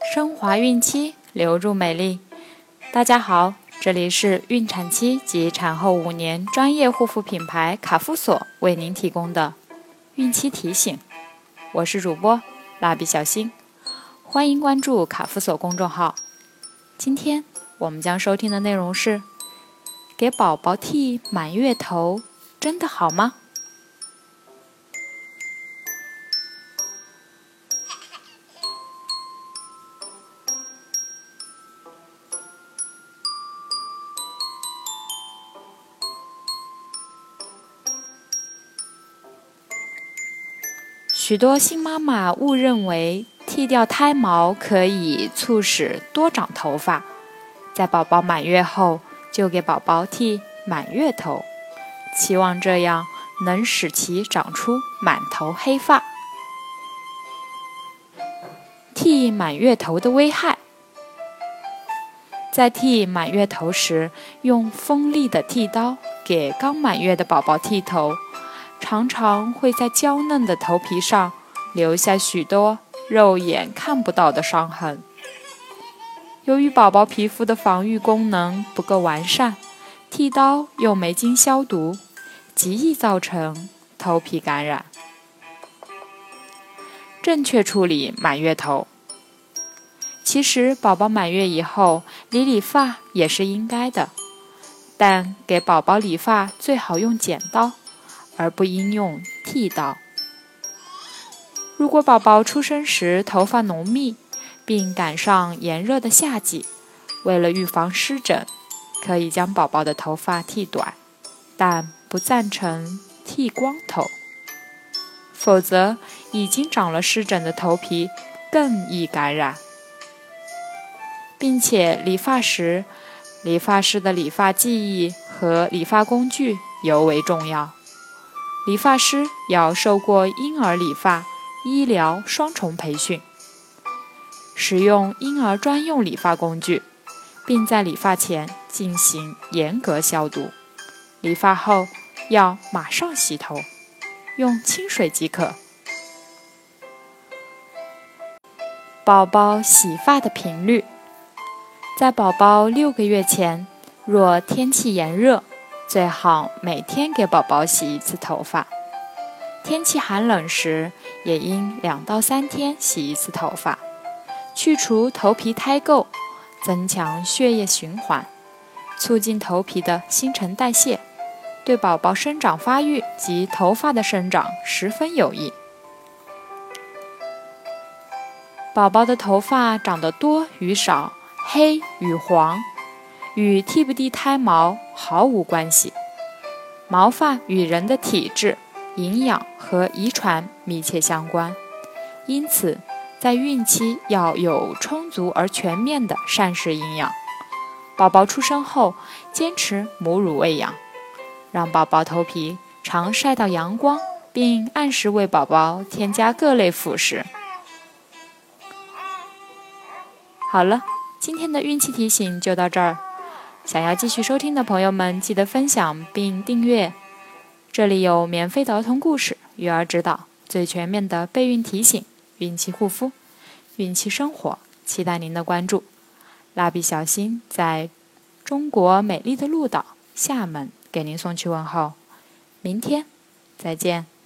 升华孕期，留住美丽。大家好，这里是孕产期及产后5年专业护肤品牌卡夫索为您提供的孕期提醒。我是主播蜡笔小新，欢迎关注卡夫索公众号。今天我们将收听的内容是：给宝宝剃满月头真的好吗？许多新妈妈误认为剃掉胎毛可以促使多长头发，在宝宝满月后就给宝宝剃满月头，期望这样能使其长出满头黑发。剃满月头的危害。在剃满月头时，用锋利的剃刀给刚满月的宝宝剃头，常常会在娇嫩的头皮上留下许多肉眼看不到的伤痕。由于宝宝皮肤的防御功能不够完善，剃刀又没经消毒，极易造成头皮感染。正确处理满月头。其实宝宝满月以后理发也是应该的，但给宝宝理发最好用剪刀，而不应用剃刀。如果宝宝出生时头发浓密，并赶上炎热的夏季，为了预防湿疹，可以将宝宝的头发剃短，但不赞成剃光头，否则已经长了湿疹的头皮更易感染。并且理发时，理发师的理发技艺和理发工具尤为重要。理发师要受过婴儿理发、医疗双重培训，使用婴儿专用理发工具，并在理发前进行严格消毒。理发后要马上洗头，用清水即可。宝宝洗发的频率。在宝宝6个月前，若天气炎热，最好每天给宝宝洗一次头发。天气寒冷时，也应2到3天洗一次头发，去除头皮胎垢，增强血液循环，促进头皮的新陈代谢，对宝宝生长发育及头发的生长十分有益。宝宝的头发长得多与少，黑与黄，与剃不剃胎毛毫无关系。毛发与人的体质、营养和遗传密切相关，因此在孕期要有充足而全面的膳食营养。宝宝出生后，坚持母乳喂养，让宝宝头皮常晒到阳光，并按时为宝宝添加各类辅食。好了，今天的孕期提醒就到这儿。想要继续收听的朋友们，记得分享并订阅。这里有免费的儿童故事、育儿指导、最全面的备孕提醒、孕期护肤、孕期生活，期待您的关注。蜡笔小新在中国美丽的鹭岛厦门给您送去问候，明天再见。